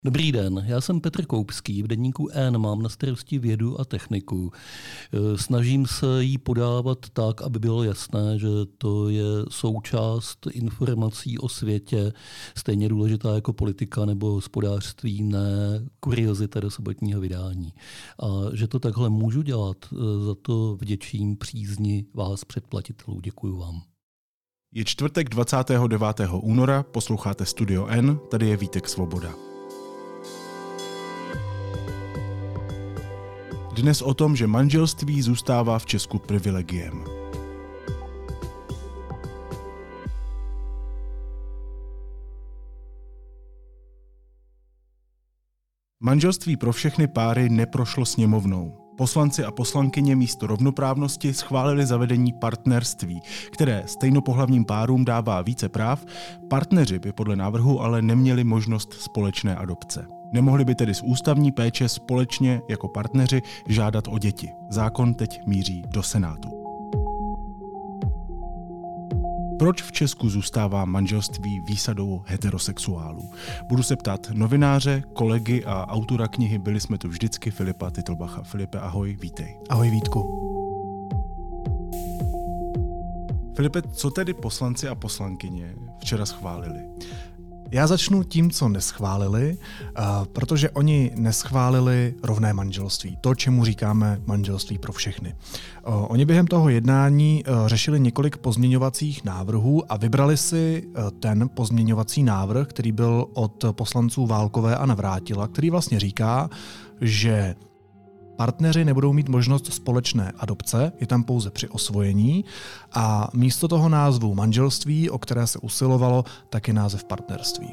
Dobrý den, já jsem Petr Koupský, v deníku N mám na starosti vědu a techniku. Snažím se jí podávat tak, aby bylo jasné, že to je součást informací o světě, stejně důležitá jako politika nebo hospodářství, ne kuriozita do sobotního vydání. A že to takhle můžu dělat, za to vděčím přízni vás předplatitelů. Děkuju vám. Je čtvrtek 29. února, posloucháte Studio N, tady je Vítek Svoboda. Dnes o tom, že manželství zůstává v Česku privilegiem. Manželství pro všechny páry neprošlo sněmovnou. Poslanci a poslankyně místo rovnoprávnosti schválili zavedení partnerství, které stejnopohlavním párům dává více práv. Partneři by podle návrhu ale neměli možnost společné adopce. Nemohli by tedy z ústavní péče společně jako partneři žádat o děti. Zákon teď míří do Senátu. Proč v Česku zůstává manželství výsadou heterosexuálů? Budu se ptát novináře, kolegy a autora knihy Byli jsme tu vždycky, Filipa Titlbacha. Filipe, ahoj, vítej. Ahoj, Vítku. Filipe, co tedy poslanci a poslankyně včera schválili? Já začnu tím, co neschválili, protože oni neschválili rovné manželství, to, čemu říkáme manželství pro všechny. Oni během toho jednání řešili několik pozměňovacích návrhů a vybrali si ten pozměňovací návrh, který byl od poslanců Válkové a Navrátila, který vlastně říká, že partneři nebudou mít možnost společné adopce, je tam pouze při osvojení a místo toho názvu manželství, o které se usilovalo, tak je název partnerství.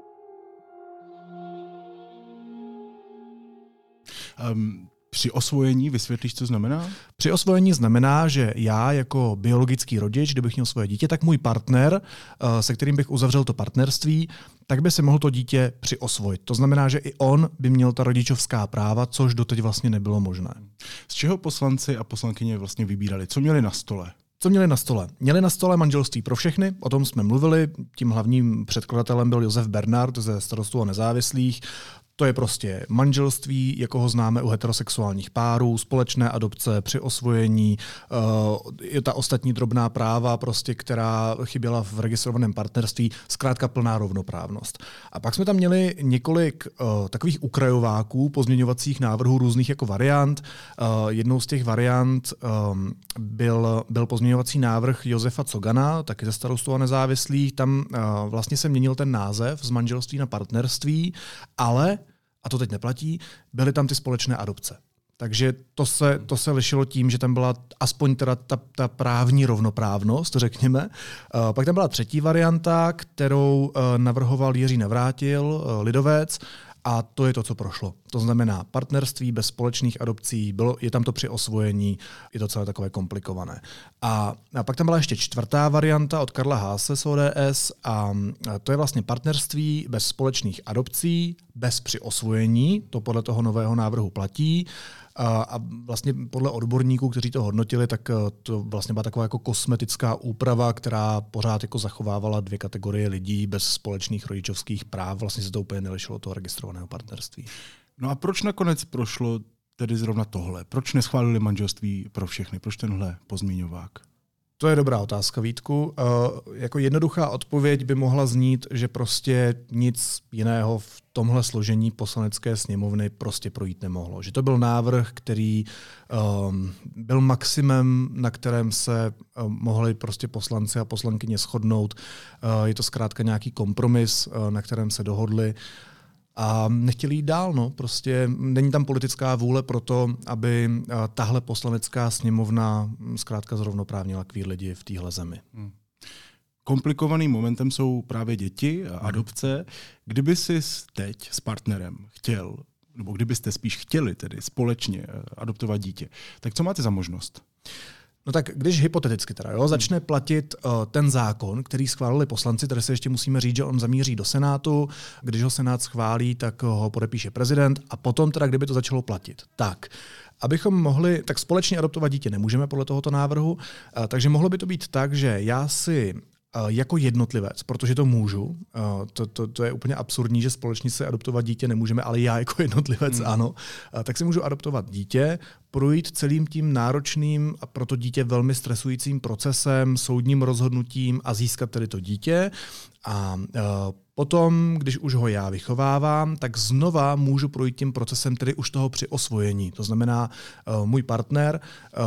Při osvojení vysvětlíš, co znamená? Při osvojení znamená, že já jako biologický rodič, kdybych měl svoje dítě, tak můj partner, se kterým bych uzavřel to partnerství, tak by si mohl to dítě přiosvojit. To znamená, že i on by měl ta rodičovská práva, což doteď vlastně nebylo možné. Z čeho poslanci a poslankyně vlastně vybírali? Co měli na stole? Co měli na stole? Měli na stole manželství pro všechny, o tom jsme mluvili, tím hlavním předkladatelem byl Josef Bernard ze Starostů a nezávislých. To je prostě manželství, jako ho známe u heterosexuálních párů, společné adopce, při osvojení, je ta ostatní drobná práva, prostě, která chyběla v registrovaném partnerství, zkrátka plná rovnoprávnost. A pak jsme tam měli několik takových ukrajováků, pozměňovacích návrhů různých jako variant. Jednou z těch variant byl pozměňovací návrh Josefa Cogana, taky ze Starostů a nezávislých. Tam vlastně se měnil ten název z manželství na partnerství, ale a to teď neplatí, byly tam ty společné adopce. Takže to se lišilo tím, že tam byla aspoň teda ta právní rovnoprávnost, řekněme. Pak tam byla třetí varianta, kterou navrhoval Jiří Navrátil, lidovec, a to je to, co prošlo. To znamená partnerství bez společných adopcí, je tam to při osvojení, je to celé takové komplikované. A pak tam byla ještě čtvrtá varianta od Karla Haase z ODS a to je vlastně partnerství bez společných adopcí, bez při osvojení, to podle toho nového návrhu platí. A vlastně podle odborníků, kteří to hodnotili, tak to vlastně byla taková jako kosmetická úprava, která pořád jako zachovávala dvě kategorie lidí bez společných rodičovských práv. Vlastně se to úplně nelišilo od toho registrovaného partnerství. No a proč nakonec prošlo tedy zrovna tohle? Proč neschválili manželství pro všechny? Proč tenhle pozměňovák? To je dobrá otázka, Vítku. Jako jednoduchá odpověď by mohla znít, že prostě nic jiného v tomhle složení poslanecké sněmovny prostě projít nemohlo. Že to byl návrh, který byl maximem, na kterém se mohli prostě poslanci a poslankyně shodnout. Je to zkrátka nějaký kompromis, na kterém se dohodli. A nechtěli jít dál, no. Prostě není tam politická vůle pro to, aby tahle poslanecká sněmovna zkrátka zrovnoprávnila queer lidi v téhle zemi. Komplikovaným momentem jsou právě děti a adopce. Kdyby jsi teď s partnerem chtěl, nebo kdybyste spíš chtěli tedy společně adoptovat dítě, tak co máte za možnost? No tak když hypoteticky teda, začne platit ten zákon, který schválili poslanci, tady se ještě musíme říct, že on zamíří do Senátu, když ho Senát schválí, tak ho podepíše prezident a potom teda, kdyby to začalo platit. Tak, abychom mohli, tak společně adoptovat dítě nemůžeme podle tohoto návrhu, takže mohlo by to být tak, že já si jako jednotlivec, protože to můžu, to je úplně absurdní, že společně se adoptovat dítě nemůžeme, ale já jako jednotlivec ano, tak si můžu adoptovat dítě, projít celým tím náročným a pro to dítě velmi stresujícím procesem, soudním rozhodnutím a získat tedy to dítě. A potom, když už ho já vychovávám, tak znova můžu projít tím procesem tedy už toho přiosvojení. To znamená, můj partner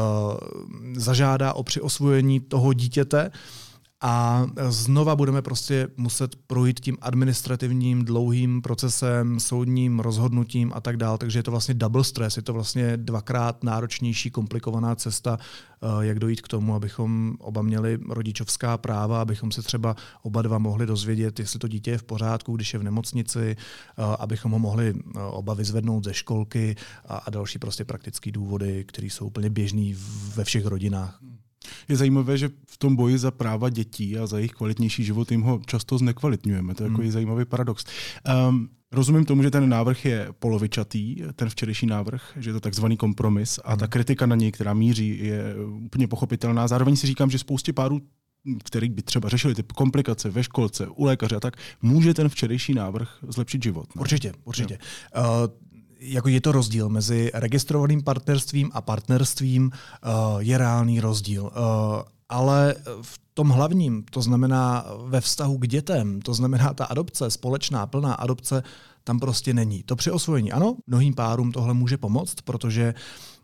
zažádá o přiosvojení toho dítěte, a znova budeme prostě muset projít tím administrativním dlouhým procesem, soudním rozhodnutím a tak dále. Takže je to vlastně double stress, je to vlastně dvakrát náročnější, komplikovaná cesta, jak dojít k tomu, abychom oba měli rodičovská práva, abychom se třeba oba dva mohli dozvědět, jestli to dítě je v pořádku, když je v nemocnici, abychom ho mohli oba vyzvednout ze školky a další prostě praktické důvody, které jsou úplně běžný ve všech rodinách. Je zajímavé, že v tom boji za práva dětí a za jejich kvalitnější život jim ho často znekvalitňujeme. To je takový zajímavý paradox. Rozumím tomu, že ten návrh je polovičatý, ten včerejší návrh, že je to takzvaný kompromis a ta kritika na něj, která míří, je úplně pochopitelná. Zároveň si říkám, že spoustě párů, který by třeba řešili ty komplikace ve školce, u lékaře a tak, může ten včerejší návrh zlepšit život. Ne? Určitě. Jako je to rozdíl mezi registrovaným partnerstvím a partnerstvím, je reálný rozdíl. Ale v tom hlavním, to znamená ve vztahu k dětem, to znamená ta adopce, společná plná adopce, tam prostě není. To přiosvojení, ano, mnohým párům tohle může pomoct, protože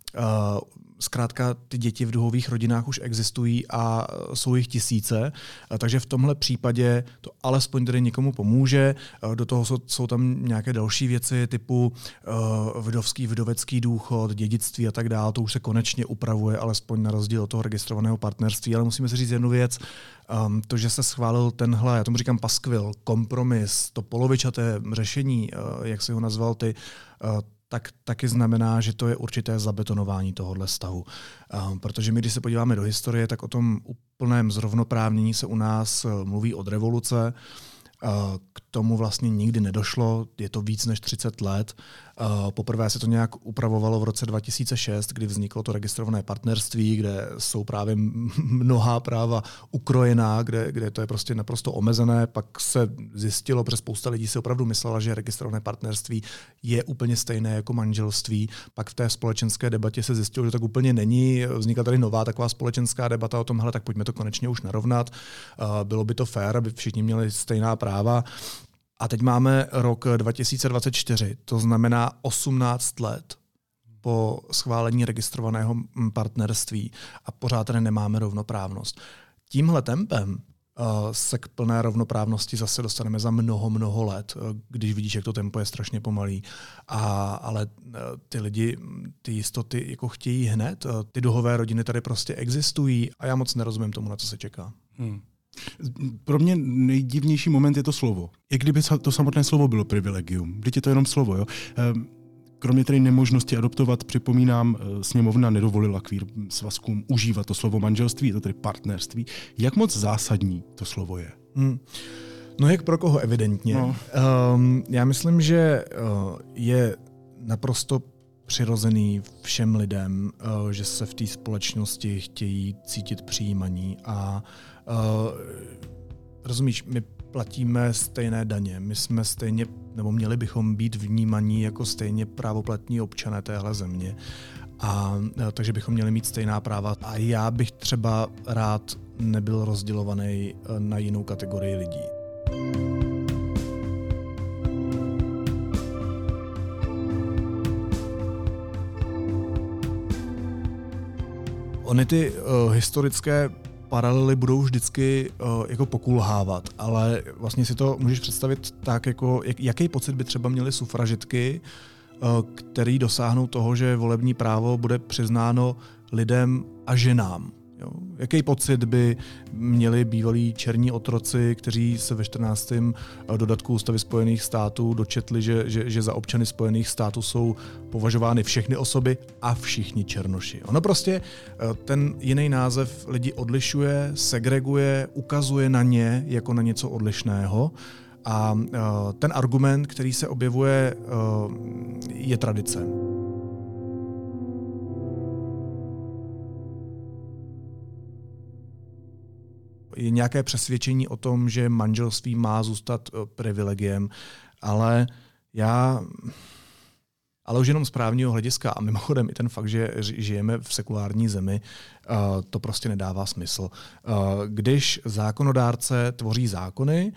zkrátka ty děti v duhových rodinách už existují a jsou jich tisíce, takže v tomhle případě to alespoň tedy někomu pomůže. Do toho jsou tam nějaké další věci typu vdovecký důchod, dědictví a tak dále. To už se konečně upravuje, alespoň na rozdíl od toho registrovaného partnerství. Ale musíme si říct jednu věc, to, že se schválil tenhle, já tomu říkám paskvil, kompromis, to polovičaté řešení, jak si ho nazval ty, tak taky znamená, že to je určité zabetonování tohohle stavu. Protože my, když se podíváme do historie, tak o tom úplném zrovnoprávnění se u nás mluví od revoluce. K tomu vlastně nikdy nedošlo, je to víc než 30 let. Poprvé se to nějak upravovalo v roce 2006, kdy vzniklo to registrované partnerství, kde jsou právě mnohá práva ukrojená, kde to je prostě naprosto omezené. Pak se zjistilo, protože spousta lidí si opravdu myslela, že registrované partnerství je úplně stejné jako manželství. Pak v té společenské debatě se zjistilo, že tak úplně není. Vznikla tady nová taková společenská debata o tom, hele, tak pojďme to konečně už narovnat. Bylo by to fér, aby všichni měli stejná práva. A teď máme rok 2024, to znamená 18 let po schválení registrovaného partnerství a pořád tady nemáme rovnoprávnost. Tímhle tempem se k plné rovnoprávnosti zase dostaneme za mnoho let, když vidíš, jak to tempo je strašně pomalý. Ale ty lidi ty jistoty jako chtějí hned, ty duhové rodiny tady prostě existují a já moc nerozumím tomu, na co se čeká. Pro mě nejdivnější moment je to slovo. Jak kdyby to samotné slovo bylo privilegium. Vždyť je to jenom slovo. Jo? Kromě tedy nemožnosti adoptovat, připomínám, sněmovna nedovolila queer svazkům užívat to slovo manželství, je to tedy partnerství. Jak moc zásadní to slovo je? No jak pro koho evidentně. No. Já myslím, že je naprosto přirozený všem lidem, že se v té společnosti chtějí cítit přijímaní a rozumíš, my platíme stejné daně, my jsme stejně, nebo měli bychom být vnímaní jako stejně právoplatní občané téhle země. Takže bychom měli mít stejná práva. A já bych třeba rád nebyl rozdělovaný na jinou kategorii lidí. Ony ty historické paralely budou vždycky jako pokulhávat, ale vlastně si to můžeš představit tak, jako jaký pocit by třeba měly sufražitky, který dosáhnou toho, že volební právo bude přiznáno lidem a ženám. Jo? Jaký pocit by měli bývalí černí otroci, kteří se ve 14. dodatku Ústavy Spojených států dočetli, že za občany Spojených států jsou považovány všechny osoby a všichni černoši. Ono prostě ten jiný název lidi odlišuje, segreguje, ukazuje na ně jako na něco odlišného. A ten argument, který se objevuje, je tradice. je nějaké přesvědčení o tom, že manželství má zůstat privilegiem, ale už jenom z právního hlediska a mimochodem i ten fakt, že žijeme v sekulární zemi, to prostě nedává smysl. Když zákonodárce tvoří zákony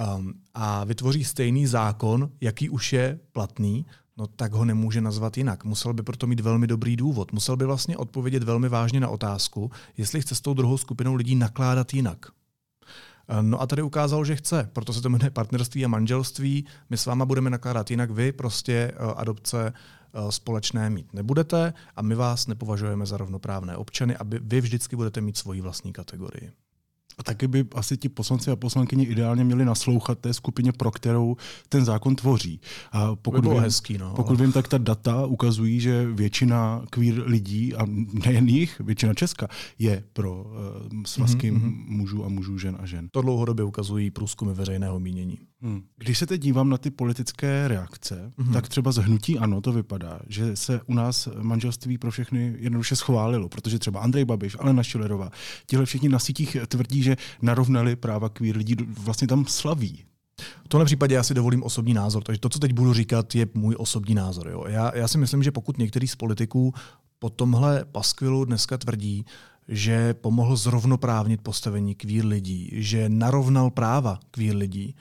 a vytvoří stejný zákon, jaký už je platný, no tak ho nemůže nazvat jinak. Musel by proto mít velmi dobrý důvod. Musel by vlastně odpovědět velmi vážně na otázku, jestli chce s tou druhou skupinou lidí nakládat jinak. No a tady ukázal, že chce, proto se to jmenuje partnerství a manželství. My s váma budeme nakládat jinak, vy prostě adopce společné mít nebudete a my vás nepovažujeme za rovnoprávné občany, aby vy vždycky budete mít svoji vlastní kategorii. A taky by asi ti poslanci a poslankyně ideálně měli naslouchat té skupině, pro kterou ten zákon tvoří. A pokud vím, tak ta data ukazují, že většina queer lidí, a nejen jich, většina Česka, je pro svazky mužů a mužů, žen a žen. To dlouhodobě ukazují průzkumy veřejného mínění. Když se teď dívám na ty politické reakce, tak třeba z hnutí ANO to vypadá, že se u nás manželství pro všechny jednoduše schválilo, protože třeba Andrej Babiš, Alena Schillerová, tihle všichni na sítích tvrdí, že narovnali práva queer lidí, vlastně tam slaví. V tomhle případě já si dovolím osobní názor, takže to, co teď budu říkat, je můj osobní názor. Jo. Já si myslím, že pokud některý z politiků po tomhle paskvilu dneska tvrdí, že pomohl zrovnoprávnit postavení queer lidí, že narovnal práva queer lidí,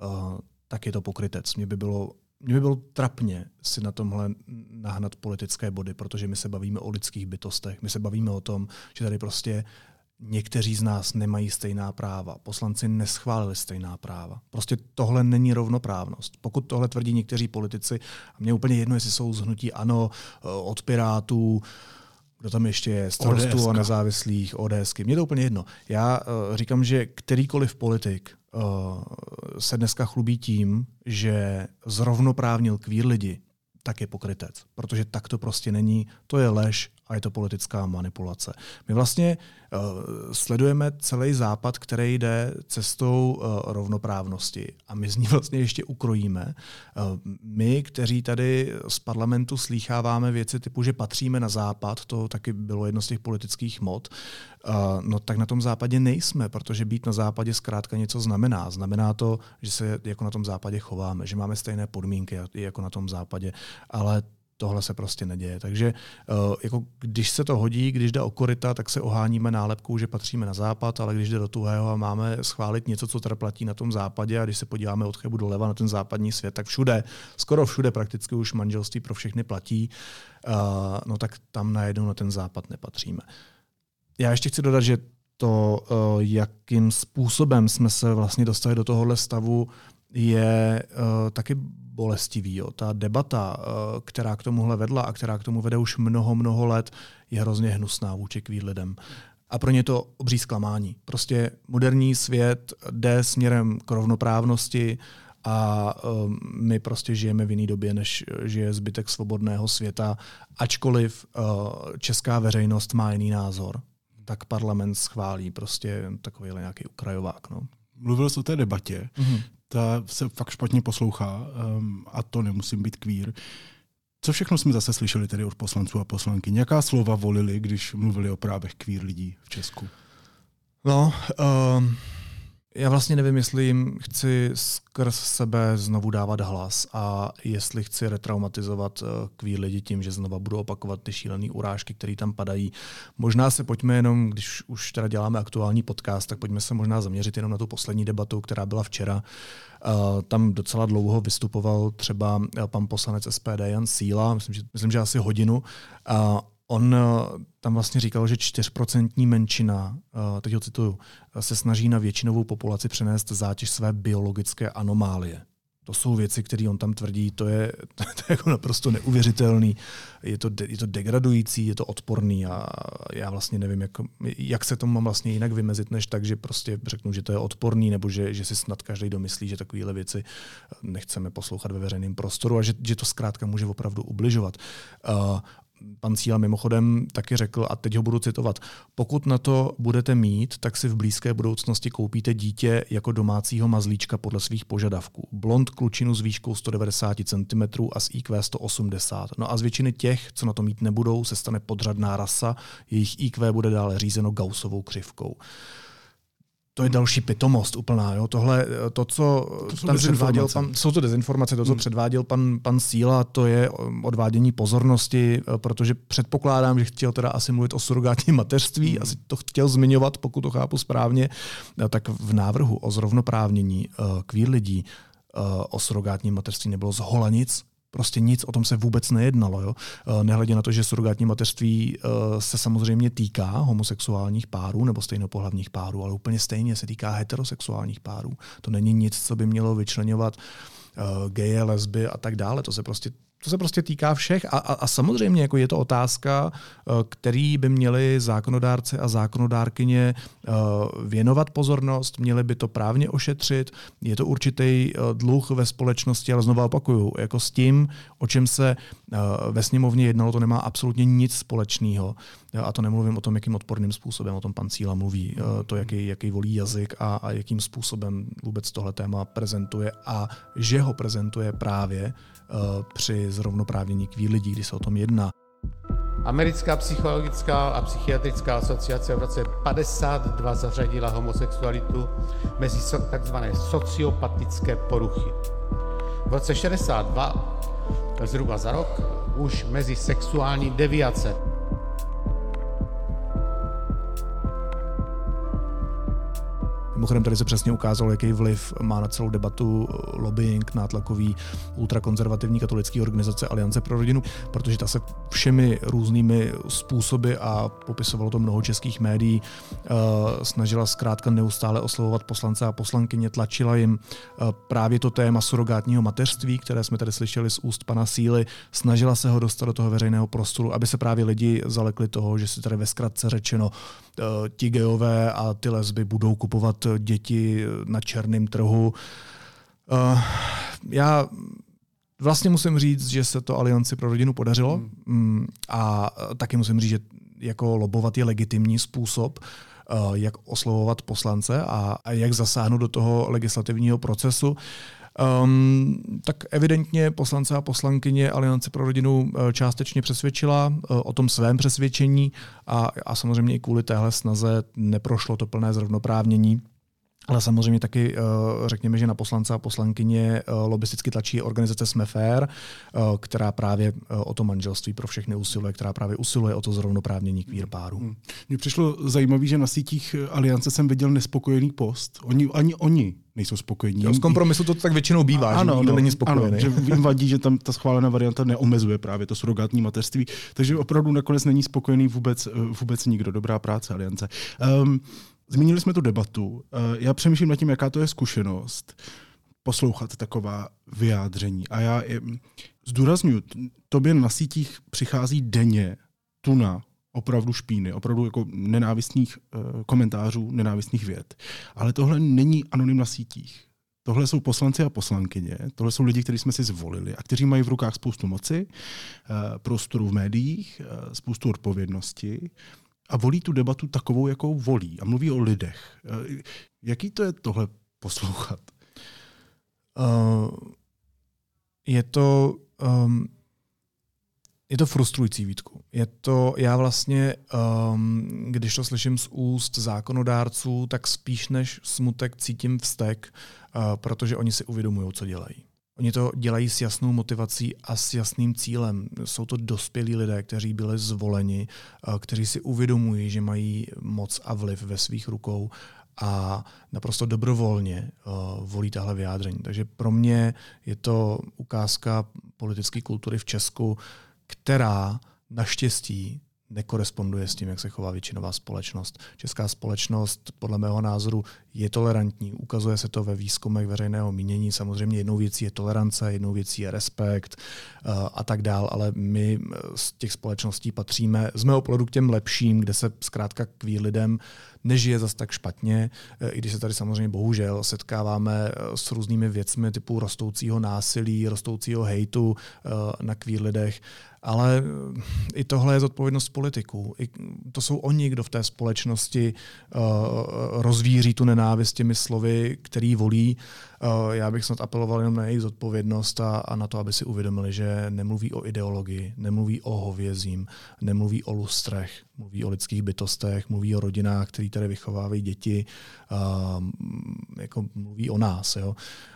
tak je to pokrytec. Mně by bylo trapně si na tomhle nahnat politické body, protože my se bavíme o lidských bytostech, my se bavíme o tom, že tady prostě někteří z nás nemají stejná práva. Poslanci neschválili stejná práva. Prostě tohle není rovnoprávnost. Pokud tohle tvrdí někteří politici, a mně úplně jedno, jestli jsou z hnutí ANO, od Pirátů, kdo tam ještě je, Starostů a nezávislých, ODSky. Mně to úplně jedno. Já říkám, že kterýkoliv politik se dneska chlubí tím, že zrovnoprávnil queer lidi, tak je pokrytec. Protože tak to prostě není, to je lež a je to politická manipulace. My vlastně sledujeme celý Západ, který jde cestou rovnoprávnosti a my z ní vlastně ještě ukrojíme. My, kteří tady z parlamentu slýcháváme věci typu, že patříme na Západ, to taky bylo jedno z těch politických mod, no tak na tom Západě nejsme, protože být na Západě zkrátka něco znamená. Znamená to, že se jako na tom Západě chováme, že máme stejné podmínky jako na tom Západě, ale tohle se prostě neděje. Takže jako když se to hodí, když jde o koryta, tak se oháníme nálepkou, že patříme na Západ, ale když jde do tuhého a máme schválit něco, co teda platí na tom Západě, a když se podíváme od Chebu doleva na ten západní svět, tak všude, skoro všude prakticky už manželství pro všechny platí, no tak tam najednou na ten Západ nepatříme. Já ještě chci dodat, že to, jakým způsobem jsme se vlastně dostali do tohohle stavu, je taky bolestivý. Jo. Ta debata, která k tomuhle vedla a která k tomu vede už mnoho let, je hrozně hnusná vůči queer lidem. A pro ně to obří zklamání. Prostě moderní svět jde směrem k rovnoprávnosti a my prostě žijeme v jiné době, než žije zbytek svobodného světa. Ačkoliv česká veřejnost má jiný názor, tak parlament schválí prostě takovýhle nějaký ukrajovák. No. Mluvil jsi o té debatě. Ta se fakt špatně poslouchá a to nemusím být queer. Co všechno jsme zase slyšeli tedy od poslanců a poslankyň? Jaká slova volili, když mluvili o právech queer lidí v Česku? No, já vlastně nevím, jestli jim chci skrz sebe znovu dávat hlas a jestli chci retraumatizovat queer lidi tím, že znova budu opakovat ty šílené urážky, které tam padají. Možná se pojďme jenom, když už teda děláme aktuální podcast, tak pojďme se možná zaměřit jenom na tu poslední debatu, která byla včera. Tam docela dlouho vystupoval třeba pan poslanec SPD Jan Síla, myslím, že asi hodinu. On tam vlastně říkal, že 4% menšina, teď ho cituju, se snaží na většinovou populaci přenést zátěž své biologické anomálie. To jsou věci, které on tam tvrdí, to je jako naprosto neuvěřitelný. Je to degradující, je to odporný a já vlastně nevím, jak se tomu mám vlastně jinak vymezit, než tak, že prostě řeknu, že to je odporný, nebo že si snad každý domyslí, že takovéhle věci nechceme poslouchat ve veřejném prostoru a že to zkrátka může opravdu ubližovat. Pan Síla mimochodem taky řekl, a teď ho budu citovat, pokud na to budete mít, tak si v blízké budoucnosti koupíte dítě jako domácího mazlíčka podle svých požadavků. Blond klučinu s výškou 190 cm a s IQ 180. No a z většiny těch, co na to mít nebudou, se stane podřadná rasa, jejich IQ bude dále řízeno Gaussovou křivkou. To je další pitomost úplná. Jo? Tohle, co tam předváděl jsou to dezinformace, to, co předváděl pan Síla, to je odvádění pozornosti, protože předpokládám, že chtěl teda asi mluvit o surogátním mateřství, asi to chtěl zmiňovat, pokud to chápu správně, tak v návrhu o zrovnoprávnění queer lidí o surogátním mateřství nebylo zhola nic. Prostě nic, o tom se vůbec nejednalo. Jo? Nehledě na to, že surogátní mateřství se samozřejmě týká homosexuálních párů nebo stejnopohlavních párů, ale úplně stejně se týká heterosexuálních párů. To není nic, co by mělo vyčleňovat geje, lesby a tak dále. To se prostě týká všech a samozřejmě jako je to otázka, který by měli zákonodárci a zákonodárkyně věnovat pozornost, měli by to právně ošetřit. Je to určitý dluh ve společnosti, ale znovu opakuju, jako s tím, o čem se ve sněmovně jednalo, to nemá absolutně nic společného. A to nemluvím o tom, jakým odporným způsobem o tom pan Síla mluví, to, jaký volí jazyk a jakým způsobem vůbec tohle téma prezentuje a že ho prezentuje právě při zrovnoprávnění queer lidí, když se o tom jedná. Americká psychologická a psychiatrická asociace v roce 1952 zařadila homosexualitu mezi takzvané sociopatické poruchy. V roce 1962, zhruba za rok, už mezi sexuální deviace. Mimochodem tady se přesně ukázalo, jaký vliv má na celou debatu lobbying, nátlakový ultrakonzervativní katolické organizace Aliance pro rodinu, protože ta se všemi různými způsoby, a popisovalo to mnoho českých médií, snažila zkrátka neustále oslovovat poslance a poslankyně, tlačila jim právě to téma surogátního mateřství, které jsme tady slyšeli z úst pana Síly, snažila se ho dostat do toho veřejného prostoru, aby se právě lidi zalekli toho, že si tady ve zkratce řečeno ti gejové a ty lesby budou kupovat děti na černém trhu. Já vlastně musím říct, že se to Alianci pro rodinu podařilo a taky musím říct, že jako lobovat je legitimní způsob, jak oslovovat poslance a jak zasáhnout do toho legislativního procesu. Tak evidentně poslance a poslankyně Aliance pro rodinu částečně přesvědčila o tom svém přesvědčení a samozřejmě i kvůli téhle snaze neprošlo to plné zrovnoprávnění. Ale samozřejmě taky řekněme, že na poslance a poslankyně lobisticky tlačí organizace Jsme fér, která právě o to manželství pro všechny usiluje, která právě usiluje o to zrovnoprávnění queer párů. Mně přišlo zajímavé, že na sítích Aliance jsem viděl nespokojený post. Ani oni nejsou spokojení. Z kompromisu to tak většinou bývá, ano, že nikdo není spokojený. Ano, že jim vadí, že tam ta schválená varianta neomezuje právě to surogátní mateřství. Takže opravdu nakonec není spokojený vůbec nikdo. Dobrá práce Aliance. Zmínili jsme tu debatu. Já přemýšlím nad tím, jaká to je zkušenost poslouchat taková vyjádření. A já zdůraznuju, tobě na sítích přichází denně tuna opravdu špíny, opravdu jako nenávistných komentářů, nenávistných vět. Ale tohle není anonym na sítích. Tohle jsou poslanci a poslankyně, tohle jsou lidi, kteří jsme si zvolili a kteří mají v rukách spoustu moci, prostoru v médiích, spoustu odpovědnosti, a volí tu debatu takovou, jakou volí. A mluví o lidech. Jaký to je tohle poslouchat? Je to frustrující, Vítku. Já vlastně, když to slyším z úst zákonodárců, tak spíš než smutek cítím vztek, protože oni si uvědomují, co dělají. Oni to dělají s jasnou motivací a s jasným cílem. Jsou to dospělí lidé, kteří byli zvoleni, kteří si uvědomují, že mají moc a vliv ve svých rukou a naprosto dobrovolně volí tahle vyjádření. Takže pro mě je to ukázka politické kultury v Česku, která naštěstí nekoresponduje s tím, jak se chová většinová společnost. Česká společnost podle mého názoru je tolerantní. Ukazuje se to ve výzkumech veřejného mínění. Samozřejmě jednou věcí je tolerance, jednou věcí je respekt a tak dál, ale my z těch společností patříme z mého pohledu k těm lepším, kde se zkrátka queer lidem nežije zas tak špatně, i když se tady samozřejmě bohužel setkáváme s různými věcmi typu rostoucího násilí, rostoucího hejtu na queer lidech. Ale i tohle je zodpovědnost politiků. To jsou oni, kdo v té společnosti rozvíří tu nenávist těmi slovy, který volí. Já bych snad apeloval jenom na jejich zodpovědnost a na to, aby si uvědomili, že nemluví o ideologii, nemluví o hovězím, nemluví o lustrech, mluví o lidských bytostech, mluví o rodinách, které tady vychovávají děti, jako mluví o nás. Jo.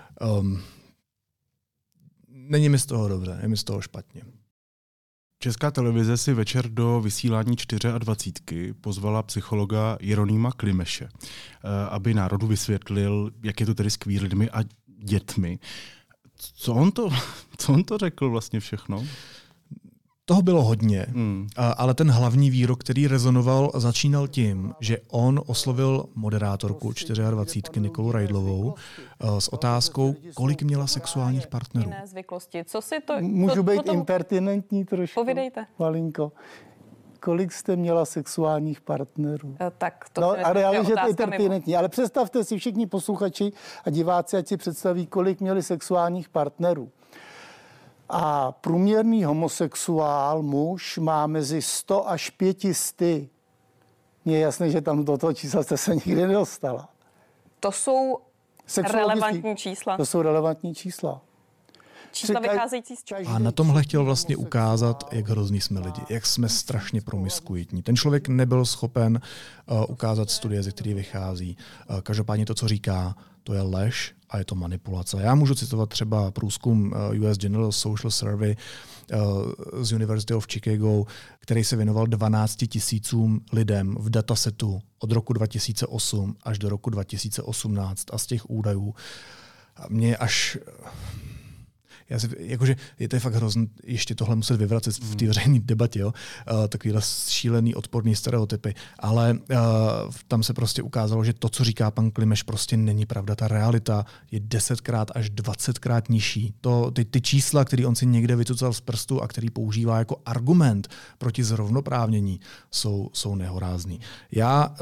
Není mi z toho dobře, je mi z toho špatně. Česká televize si večer do vysílání 24 pozvala psychologa Jeronýma Klimeše, aby národu vysvětlil, jak je to tedy s queer lidmi a dětmi. Co on to řekl vlastně všechno? Toho bylo hodně, ale ten hlavní výrok, který rezonoval, začínal tím, že on oslovil moderátorku 24 Nikolu Reidlovou s otázkou, kolik měla sexuálních partnerů. Co si to, můžu být impertinentní trošku? Povídejte. Malinko. Kolik jste měla sexuálních partnerů? Tak to a reálně, že to je impertinentní. Ale představte si všichni posluchači a diváci, ať si představí, kolik měli sexuálních partnerů. A průměrný homosexuál, muž, má mezi 100 až 500. Mně je jasné, že tam do toho čísla jste se nikdy nedostala. To jsou relevantní čísla. To jsou relevantní čísla. Čísla vycházející z A na tomhle chtěl vlastně ukázat, jak hrozný jsme lidi, jak jsme strašně promiskuitní. Ten člověk nebyl schopen ukázat studie, ze kterých vychází. Každopádně to, co říká, to je lež a je to manipulace. Já můžu citovat třeba průzkum US General Social Survey z University of Chicago, který se věnoval 12 000 lidem v datasetu od roku 2008 až do roku 2018. A z těch údajů mě až... Jakože je to fakt hrozný ještě tohle muset vyvracet v té veřejné debatě, jo? Takovýhle šílený, odporný stereotypy. Ale tam se prostě ukázalo, že to, co říká pan Klimeš, prostě není pravda. Ta realita je 10krát až 20krát nižší. Ty čísla, které on si někde vycucal z prstu a který používá jako argument proti zrovnoprávnění, jsou nehorázný. Já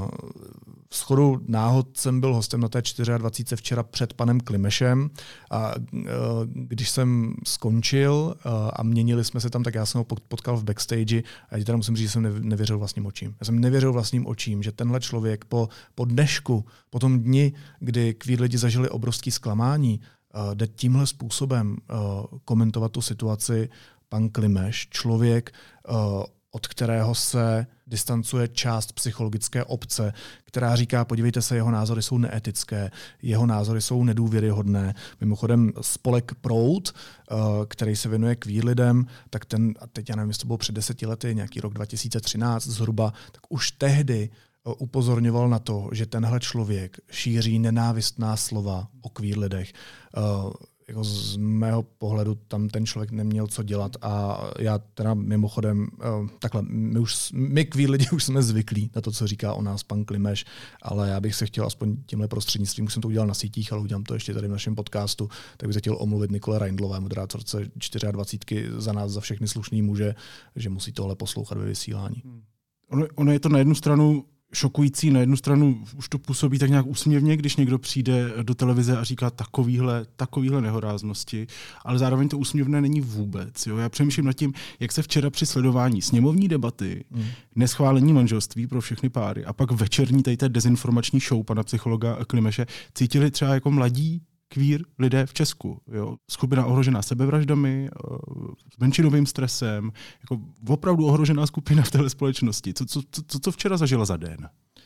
shodou náhod jsem byl hostem na té 24 včera před panem Klimešem a když jsem skončil a měnili jsme se tam, tak já jsem ho potkal v backstage a teda musím říct, že jsem nevěřil vlastním očím. Já jsem nevěřil vlastním očím, že tenhle člověk po dnešku, po tom dni, kdy queer lidi zažili obrovský zklamání, jde tímhle způsobem komentovat tu situaci pan Klimeš, člověk, od kterého se distancuje část psychologické obce, která říká, podívejte se, jeho názory jsou neetické, jeho názory jsou nedůvěryhodné. Mimochodem spolek Proud, který se věnuje queer lidem, tak ten, a teď já nevím, jestli to bylo před 10 lety, nějaký rok 2013 zhruba, tak už tehdy upozorňoval na to, že tenhle člověk šíří nenávistná slova o queer lidech. Jako z mého pohledu tam ten člověk neměl co dělat a já teda mimochodem takhle, my queer lidi už jsme zvyklí na to, co říká o nás pan Klimeš, ale já bych se chtěl aspoň tímhle prostřednictvím, už jsem to udělal na sítích, ale udělám to ještě tady v našem podcastu, tak bych se chtěl omluvit Nikole Reindlové, moderátorce 24 za nás, za všechny slušný muže, že musí tohle poslouchat ve vysílání. Ono je to na jednu stranu šokující, na jednu stranu už to působí tak nějak úsměvně, když někdo přijde do televize a říká takovýhle nehoráznosti, ale zároveň to úsměvné není vůbec. Jo? Já přemýšlím nad tím, jak se včera při sledování sněmovní debaty, neschválení manželství pro všechny páry a pak večerní té dezinformační show pana psychologa Klimeše cítili třeba jako mladí queer lidé v Česku. Jo? Skupina ohrožená sebevraždami, s menšinovým stresem, jako opravdu ohrožená skupina v téhle společnosti. Co včera zažila za den?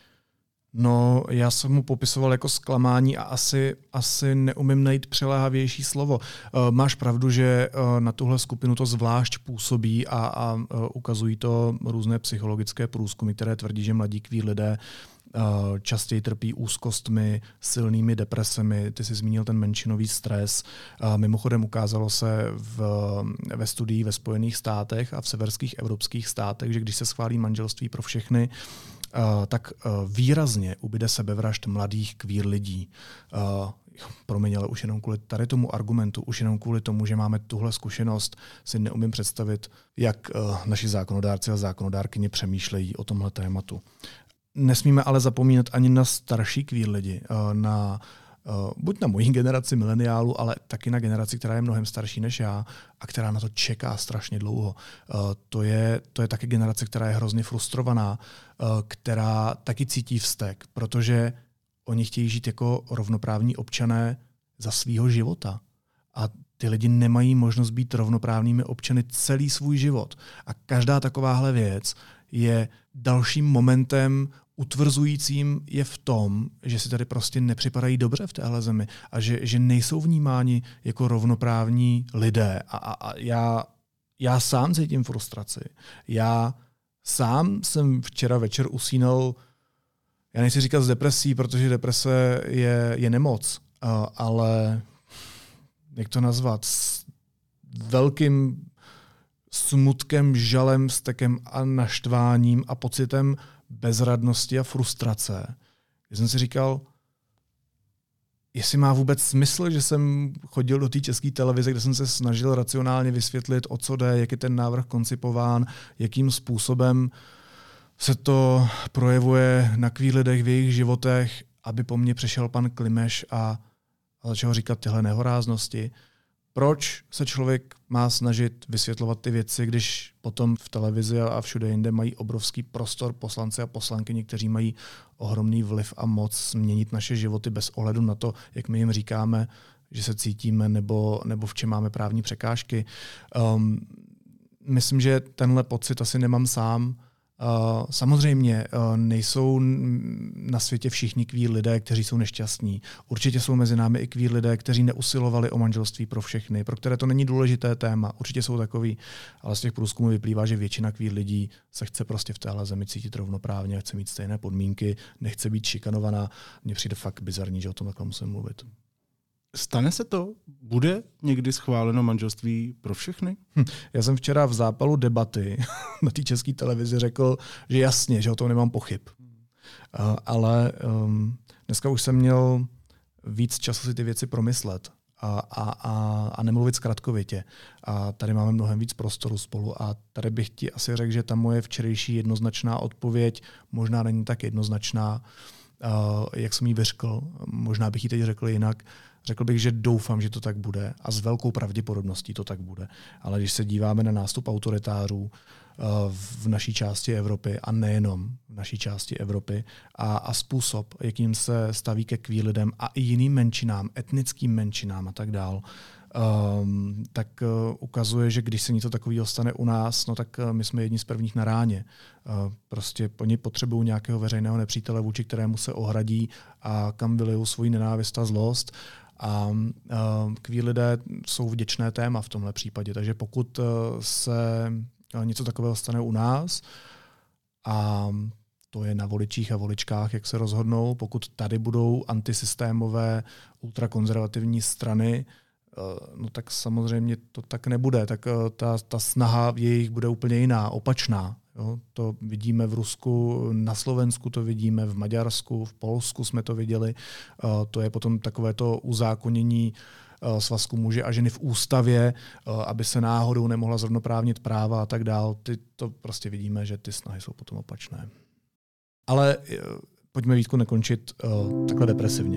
No, já jsem mu popisoval jako zklamání a asi neumím najít přiléhavější slovo. Máš pravdu, že na tuhle skupinu to zvlášť působí a ukazují to různé psychologické průzkumy, které tvrdí, že mladí queer lidé častěji trpí úzkostmi, silnými depresemi. Ty jsi zmínil ten menšinový stres. Mimochodem ukázalo se ve studii ve Spojených státech a v severských evropských státech, že když se schválí manželství pro všechny, tak výrazně ubyde sebevražd mladých queer lidí. Promiň, ale už jenom kvůli tady tomu argumentu, už jenom kvůli tomu, že máme tuhle zkušenost, si neumím představit, jak naši zákonodárci a zákonodárkyně přemýšlejí o tomhle tématu. Nesmíme ale zapomínat ani na starší queer lidi, na buď na mojí generaci mileniálu, ale taky na generaci, která je mnohem starší než já a která na to čeká strašně dlouho. To je taky generace, která je hrozně frustrovaná, která taky cítí vztek, protože oni chtějí žít jako rovnoprávní občané za svýho života. A ty lidi nemají možnost být rovnoprávnými občany celý svůj život. A každá takováhle věc je dalším momentem utvrzujícím je v tom, že si tady prostě nepřipadají dobře v téhle zemi a že nejsou vnímáni jako rovnoprávní lidé. A já sám cítím frustraci. Já sám jsem včera večer usínal, já nechci říkat z depresí, protože deprese je nemoc, ale jak to nazvat, s velkým smutkem, žalem, vztekem a naštváním a pocitem bezradnosti a frustrace. Já jsem si říkal, jestli má vůbec smysl, že jsem chodil do té České televize, kde jsem se snažil racionálně vysvětlit, o co jde, jak je ten návrh koncipován, jakým způsobem se to projevuje na queer lidech v jejich životech, aby po mně přišel pan Klimeš a začal říkat tyhle nehoráznosti. Proč se člověk má snažit vysvětlovat ty věci, když potom v televizi a všude jinde mají obrovský prostor poslanci a poslankyni, kteří mají ohromný vliv a moc měnit naše životy bez ohledu na to, jak my jim říkáme, že se cítíme nebo v čem máme právní překážky. Myslím, že tenhle pocit asi nemám sám. Samozřejmě nejsou na světě všichni queer lidé, kteří jsou nešťastní. Určitě jsou mezi námi i queer lidé, kteří neusilovali o manželství pro všechny, pro které to není důležité téma. Určitě jsou takový, ale z těch průzkumů vyplývá, že většina queer lidí se chce prostě v téhle zemi cítit rovnoprávně, chce mít stejné podmínky, nechce být šikanovaná. Mně přijde fakt bizarní, že o tom takhle musím mluvit. Stane se to? Bude někdy schváleno manželství pro všechny? Já jsem včera v zápalu debaty na té České televizi řekl, že jasně, že o tom nemám pochyb. Ale dneska už jsem měl víc času si ty věci promyslet a nemluvit zkratkovitě. A tady máme mnohem víc prostoru spolu a tady bych ti asi řekl, že ta moje včerejší jednoznačná odpověď možná není tak jednoznačná, jak jsem jí vyřkl. Možná bych ji teď řekl jinak. Řekl bych, že doufám, že to tak bude a s velkou pravděpodobností to tak bude. Ale když se díváme na nástup autoritářů v naší části Evropy a nejenom v naší části Evropy a způsob, jakým se staví ke queer lidem a i jiným menšinám, etnickým menšinám a tak dál, tak ukazuje, že když se něco takového stane u nás, no tak my jsme jedni z prvních na ráně. Prostě oni potřebují nějakého veřejného nepřítele, vůči kterému se ohradí a kam vylejou svoji nenávist a zlost. A queer lidé jsou vděčné téma v tomhle případě. Takže pokud se něco takového stane u nás, a to je na voličích a voličkách, jak se rozhodnou, pokud tady budou antisystémové ultrakonzervativní strany, no tak samozřejmě to tak nebude. Tak ta snaha jejich bude úplně jiná, opačná. Jo? To vidíme v Rusku, na Slovensku to vidíme, v Maďarsku, v Polsku jsme to viděli. To je potom takovéto uzákonění svazku muže a ženy v ústavě, aby se náhodou nemohla zrovnoprávnit práva a tak dál. To prostě vidíme, že ty snahy jsou potom opačné. Ale pojďme, Vítku, nekončit takhle depresivně.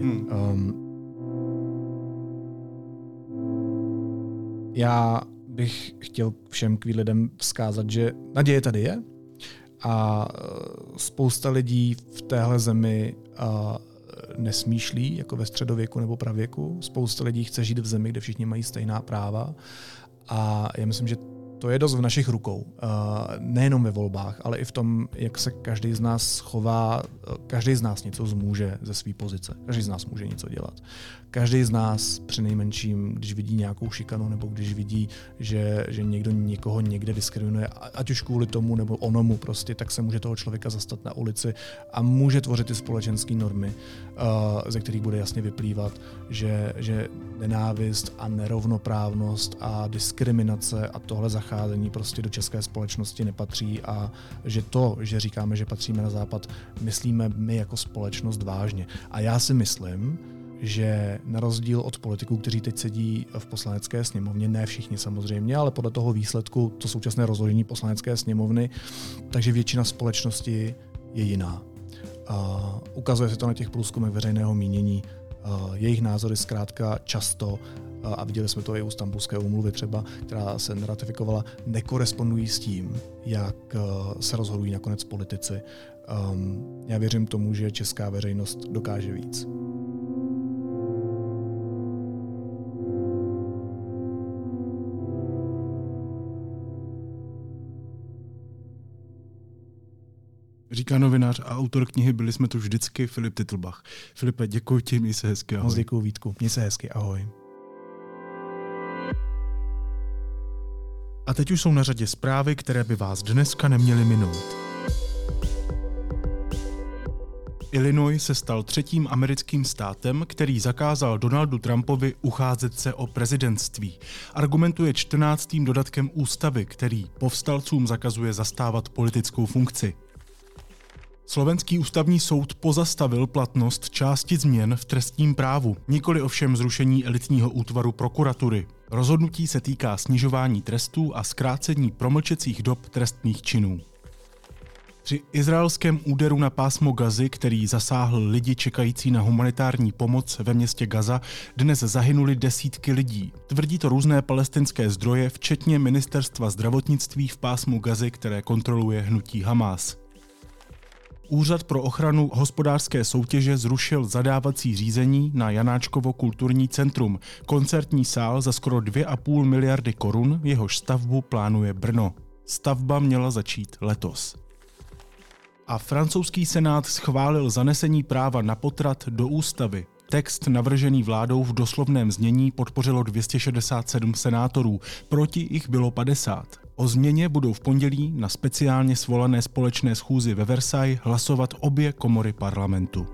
Já bych chtěl všem queer lidem vzkázat, že naděje tady je a spousta lidí v téhle zemi nesmýšlí jako ve středověku nebo pravěku. Spousta lidí chce žít v zemi, kde všichni mají stejná práva a já myslím, že to je dost v našich rukou. Nejenom ve volbách, ale i v tom, jak se každý z nás chová. Každý z nás něco zmůže ze své pozice. Každý z nás může něco dělat. Každý z nás přinejmenším, když vidí nějakou šikanu nebo když vidí, že někdo někoho někde diskriminuje, ať už kvůli tomu nebo onomu prostě, tak se může toho člověka zastat na ulici a může tvořit ty společenské normy, ze kterých bude jasně vyplývat, že nenávist a nerovnoprávnost a diskriminace a tohle zacházení prostě do české společnosti nepatří a že to, že říkáme, že patříme na západ, myslíme my jako společnost vážně. A já si myslím, že na rozdíl od politiků, kteří teď sedí v poslanecké sněmovně, ne všichni samozřejmě, ale podle toho výsledku to současné rozložení poslanecké sněmovny, takže většina společnosti je jiná. Ukazuje se to na těch průzkumech veřejného mínění. Jejich názory zkrátka často, a viděli jsme to i u Istanbulské úmluvy třeba, která se neratifikovala, nekorespondují s tím, jak se rozhodují nakonec politici. Já věřím tomu, že česká veřejnost dokáže víc. Říká novinář a autor knihy Byli jsme tu vždycky, Filip Titlbach. Filipe, děkuji ti, měj se hezky, ahoj. Moc děkuji, Vítku, měj se hezky, ahoj. A teď už jsou na řadě zprávy, které by vás dneska neměly minout. Illinois se stal 3. americkým státem, který zakázal Donaldu Trumpovi ucházet se o prezidentství. Argumentuje 14. dodatkem ústavy, který povstalcům zakazuje zastávat politickou funkci. Slovenský ústavní soud pozastavil platnost části změn v trestním právu, nikoli ovšem zrušení elitního útvaru prokuratury. Rozhodnutí se týká snižování trestů a zkrácení promlčecích dob trestných činů. Při izraelském úderu na pásmo Gazy, který zasáhl lidi čekající na humanitární pomoc ve městě Gaza, dnes zahynuli desítky lidí. Tvrdí to různé palestinské zdroje, včetně ministerstva zdravotnictví v pásmu Gazy, které kontroluje hnutí Hamás. Úřad pro ochranu hospodářské soutěže zrušil zadávací řízení na Janáčkovo kulturní centrum, koncertní sál za skoro 2,5 miliardy korun, jehož stavbu plánuje Brno. Stavba měla začít letos. A francouzský senát schválil zanesení práva na potrat do ústavy. Text navržený vládou v doslovném znění podpořilo 267 senátorů, proti jich bylo 50. O změně budou v pondělí na speciálně svolané společné schůzi ve Versailles hlasovat obě komory parlamentu.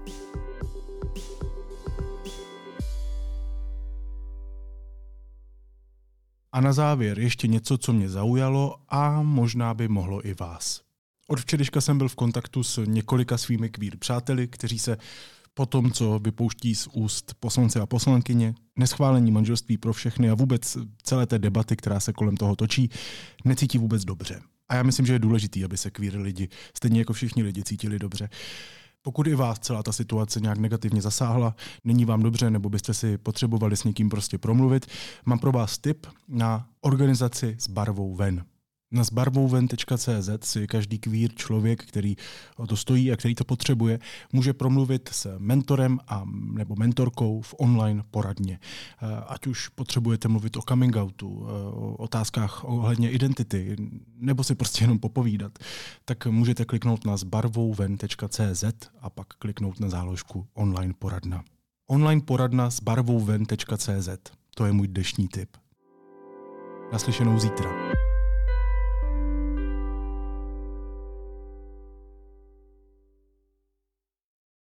A na závěr ještě něco, co mě zaujalo a možná by mohlo i vás. Od včerejška jsem byl v kontaktu s několika svými queer přáteli, kteří se po tom, co vypouští z úst poslanci a poslankyně, neschválení manželství pro všechny a vůbec celé té debaty, která se kolem toho točí, necítí vůbec dobře. A já myslím, že je důležitý, aby se queer lidi, stejně jako všichni lidi, cítili dobře. Pokud i vás celá ta situace nějak negativně zasáhla, není vám dobře, nebo byste si potřebovali s někým prostě promluvit, mám pro vás tip na organizaci S barvou ven. Na sbarvouven.cz si každý queer člověk, který o to stojí a který to potřebuje, může promluvit s mentorem nebo mentorkou v online poradně. Ať už potřebujete mluvit o coming outu, o otázkách ohledně identity, nebo si prostě jenom popovídat, tak můžete kliknout na sbarvouven.cz a pak kliknout na záložku online poradna. Online poradna sbarvouven.cz. To je můj dnešní tip. Naslyšenou zítra.